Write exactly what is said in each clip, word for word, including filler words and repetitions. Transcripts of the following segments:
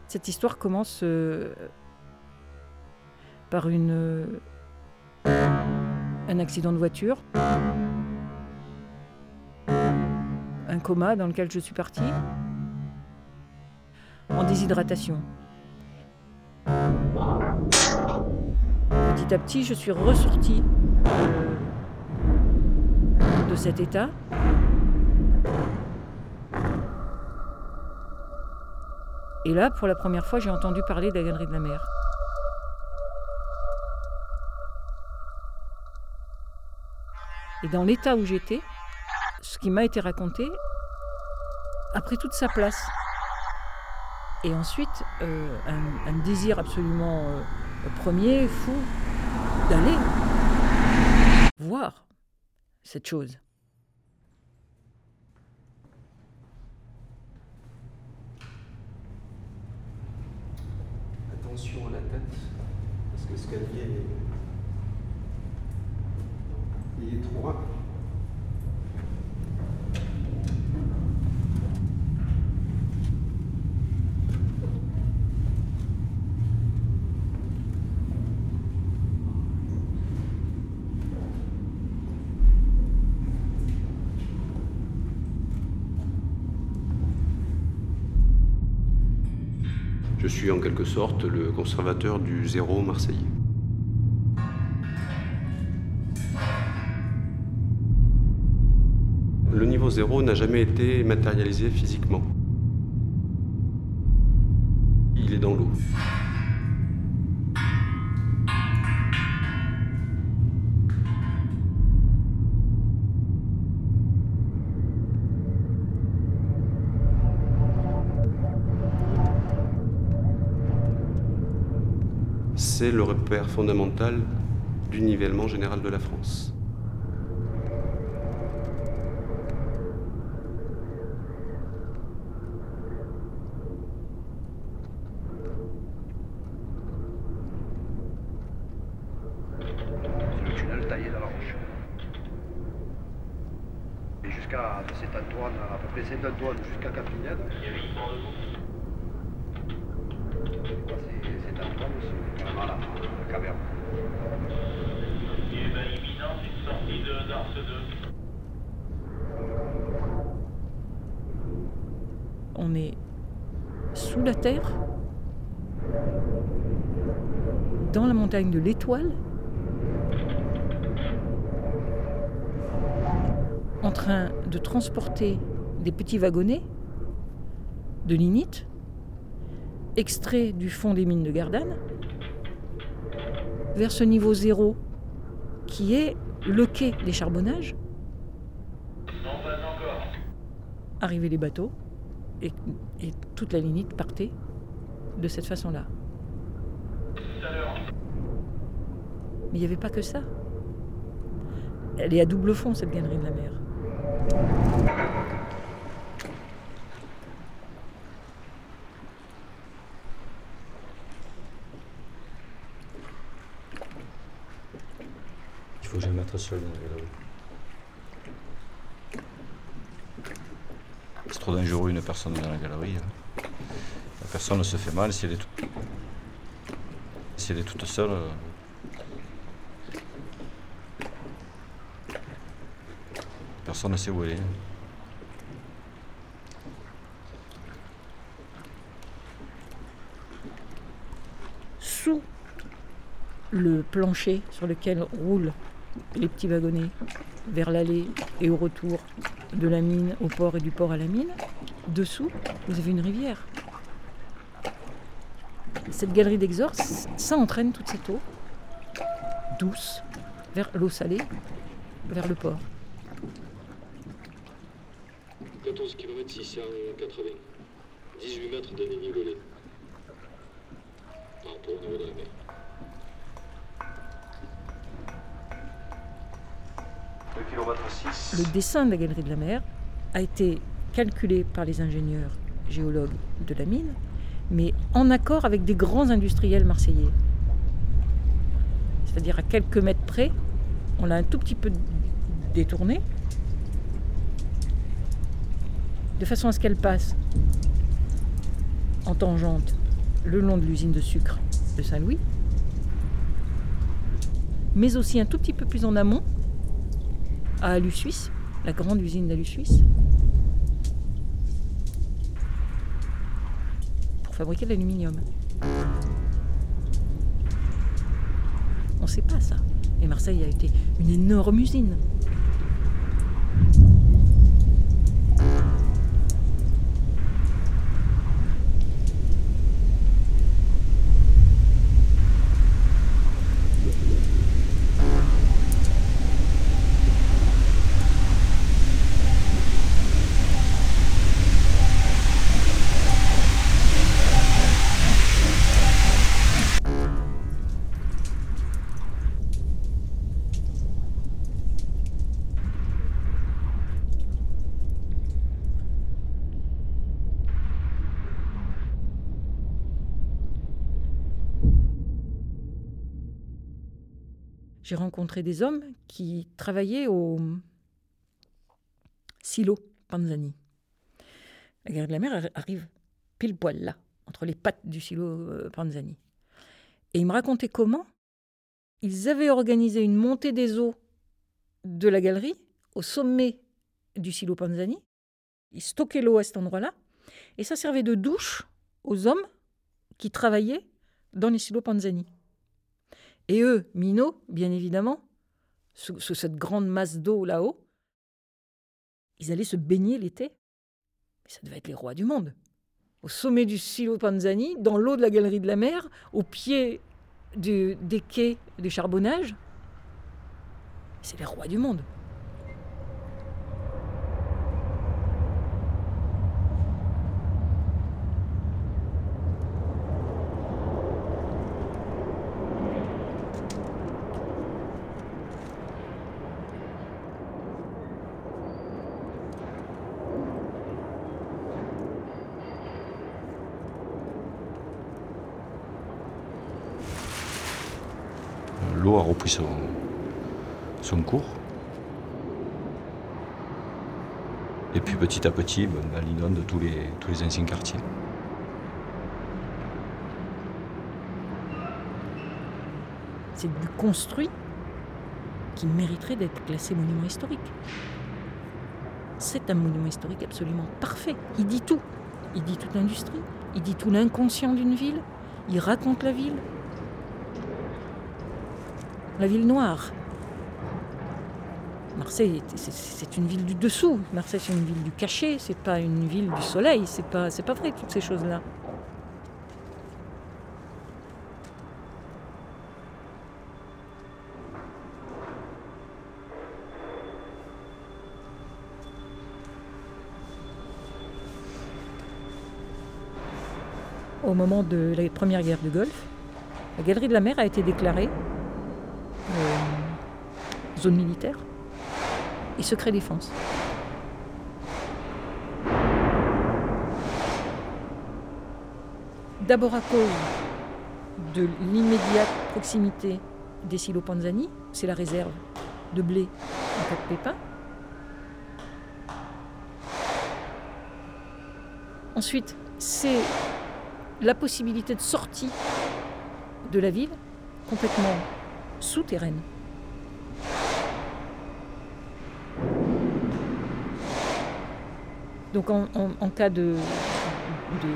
Cette histoire commence euh, par une, euh, un accident de voiture, un coma dans lequel je suis partie, en déshydratation. Petit à petit, je suis ressortie euh, de cet état. Et là, pour la première fois, j'ai entendu parler de la Galerie de la Mer. Et dans l'état où j'étais, ce qui m'a été raconté a pris toute sa place. Et ensuite, euh, un, un désir absolument euh, premier, fou, d'aller voir cette chose. Attention à la tête, parce que l'escalier est, il est étroit. Je suis en quelque sorte le conservateur du zéro marseillais. Le niveau zéro n'a jamais été matérialisé physiquement. Il est dans l'eau. C'est le repère fondamental du nivellement général de la France. Le tunnel taillé dans la roche. Et jusqu'à Saint-Antoine, à peu près Saint-Antoine jusqu'à Capignade. C'est Saint-Antoine aussi, vraiment la, la caverne. Ce qui est ben, imminent, c'est une sortie de d'Ars deux. On est sous la terre, dans la montagne de l'Étoile, en train de transporter des petits wagonnets de lignite extraits du fond des mines de Gardanne vers ce niveau zéro qui est le quai des charbonnages. Non, pas encore. Arrivaient les bateaux et, et toute la lignite partait de cette façon-là. Tout à l'heure. Mais il n'y avait pas que ça. Elle est à double fond, cette Galerie de la Mer. Il faut jamais être seul dans la galerie. C'est trop dangereux une personne dans la galerie. Hein. La personne se fait mal si elle est, tout... si elle est toute seule. Euh... Personne ne sait où elle est. Sous le plancher sur lequel roulent les petits wagonnets vers l'allée et au retour de la mine au port et du port à la mine, dessous, vous avez une rivière. Cette galerie d'Exor, ça entraîne toute cette eau douce vers l'eau salée, vers le port. quatorze kilomètres six cent quatre-vingts, dix-huit mètres de dénivelé par rapport au niveau de la mer. Le kilomètre six. Le dessin de la Galerie de la Mer a été calculé par les ingénieurs géologues de la mine, mais en accord avec des grands industriels marseillais. C'est-à-dire à quelques mètres près, on l'a un tout petit peu détournée, de façon à ce qu'elle passe en tangente le long de l'usine de sucre de Saint-Louis, mais aussi un tout petit peu plus en amont, à Alu Suisse, la grande usine d'Alu Suisse, pour fabriquer de l'aluminium. On ne sait pas ça. Et Marseille a été une énorme usine. J'ai rencontré des hommes qui travaillaient au silo Panzani. La galerie de la mer arrive pile poil là, entre les pattes du silo Panzani. Et ils me racontaient comment ils avaient organisé une montée des eaux de la galerie au sommet du silo Panzani. Ils stockaient l'eau à cet endroit-là. Et ça servait de douche aux hommes qui travaillaient dans les silos Panzani. Et eux, minots, bien évidemment, sous, sous cette grande masse d'eau là-haut, ils allaient se baigner l'été. Et ça devait être les rois du monde. Au sommet du silo Panzani, dans l'eau de la galerie de la mer, au pied du, des quais du charbonnage. C'est les rois du monde. L'eau a repris son, son cours. Et puis petit à petit, ben, elle inonde tous les, tous les anciens quartiers. C'est du construit qui mériterait d'être classé monument historique. C'est un monument historique absolument parfait. Il dit tout. Il dit toute l'industrie. Il dit tout l'inconscient d'une ville. Il raconte la ville. La ville noire. Marseille, c'est, c'est une ville du dessous. Marseille, c'est une ville du cachet. C'est pas une ville du soleil. C'est pas, c'est pas vrai, toutes ces choses-là. Au moment de la première guerre du Golfe, la galerie de la mer a été déclarée Euh, zone militaire et secret défense. D'abord à cause de l'immédiate proximité des silos Panzani, c'est la réserve de blé en cas de pépin. Ensuite, c'est la possibilité de sortie de la ville complètement souterraine. Donc en, en, en cas de, de,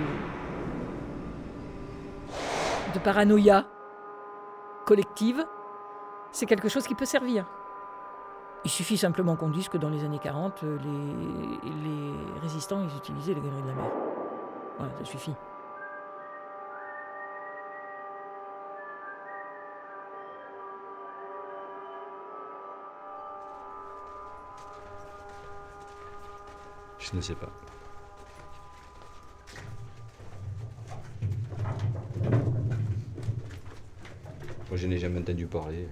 de paranoïa collective, c'est quelque chose qui peut servir. Il suffit simplement qu'on dise que dans les années quarante, les, les résistants ils utilisaient les galeries de la mer. Voilà, ça suffit. Je ne sais pas. Moi, je n'ai jamais entendu parler.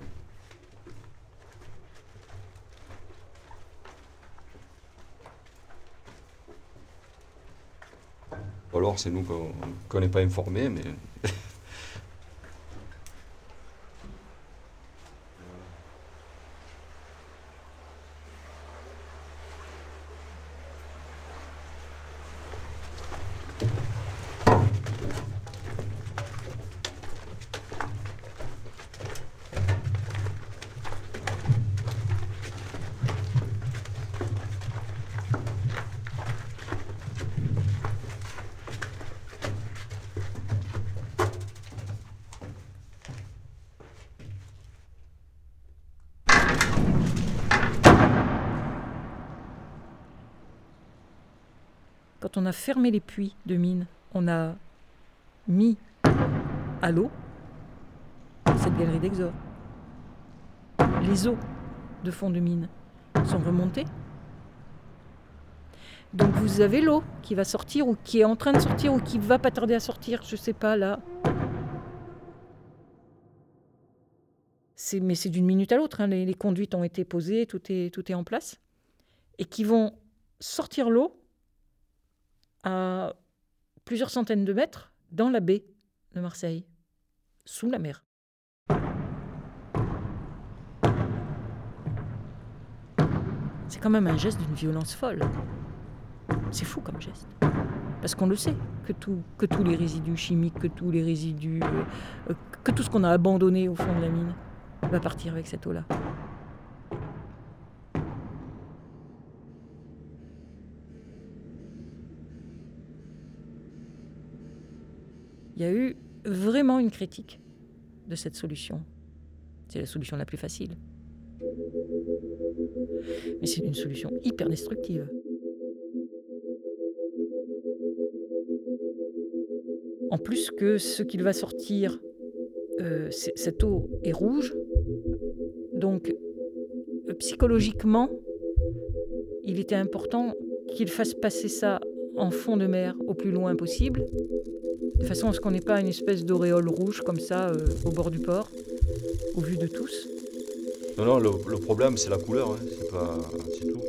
Ou alors, c'est nous qu'on n'est pas informés, mais... quand on a fermé les puits de mines, on a mis à l'eau cette galerie d'Exor. Les eaux de fond de mine sont remontées. Donc vous avez l'eau qui va sortir ou qui est en train de sortir ou qui va pas tarder à sortir, je sais pas là. C'est, mais c'est d'une minute à l'autre, hein. les, les conduites ont été posées, tout est, tout est en place. Et qui vont sortir l'eau à plusieurs centaines de mètres dans la baie de Marseille, sous la mer. C'est quand même un geste d'une violence folle. C'est fou comme geste. Parce qu'on le sait, que, tout, que tous les résidus chimiques, que tous les résidus, euh, que tout ce qu'on a abandonné au fond de la mine va partir avec cette eau-là. Il y a eu vraiment une critique de cette solution. C'est la solution la plus facile. Mais c'est une solution hyper destructive. En plus que ce qu'il va sortir, euh, cette eau est rouge. Donc, euh, psychologiquement, il était important qu'il fasse passer ça en fond de mer au plus loin possible, de façon à ce qu'on n'ait pas une espèce d'auréole rouge comme ça euh, au bord du port, au vu de tous. Non, non, le, le problème c'est la couleur, hein. c'est, pas, c'est tout.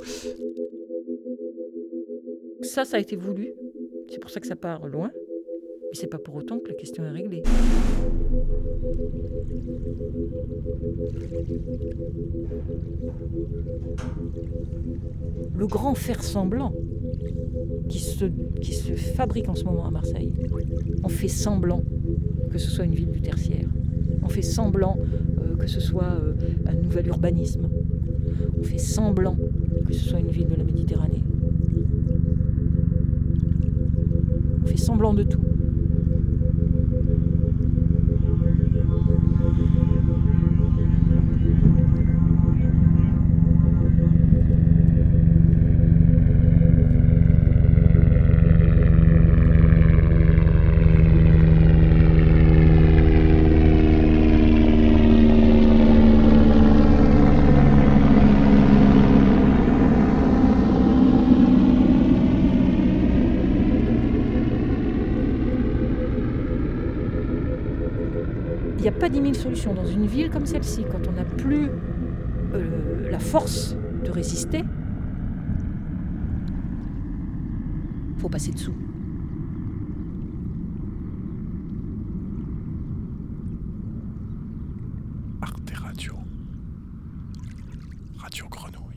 Ça, ça a été voulu, c'est pour ça que ça part loin, mais c'est pas pour autant que la question est réglée. Le grand fer semblant qui se, qui se fabrique en ce moment à Marseille, on fait semblant que ce soit une ville du tertiaire. On fait semblant euh, que ce soit euh, un nouvel urbanisme. On fait semblant que ce soit une ville de la Méditerranée. On fait semblant de tout. Il n'y a pas dix mille solutions dans une ville comme celle-ci. Quand on n'a plus euh, la force de résister, il faut passer dessous. Arte Radio. Radio Grenouille.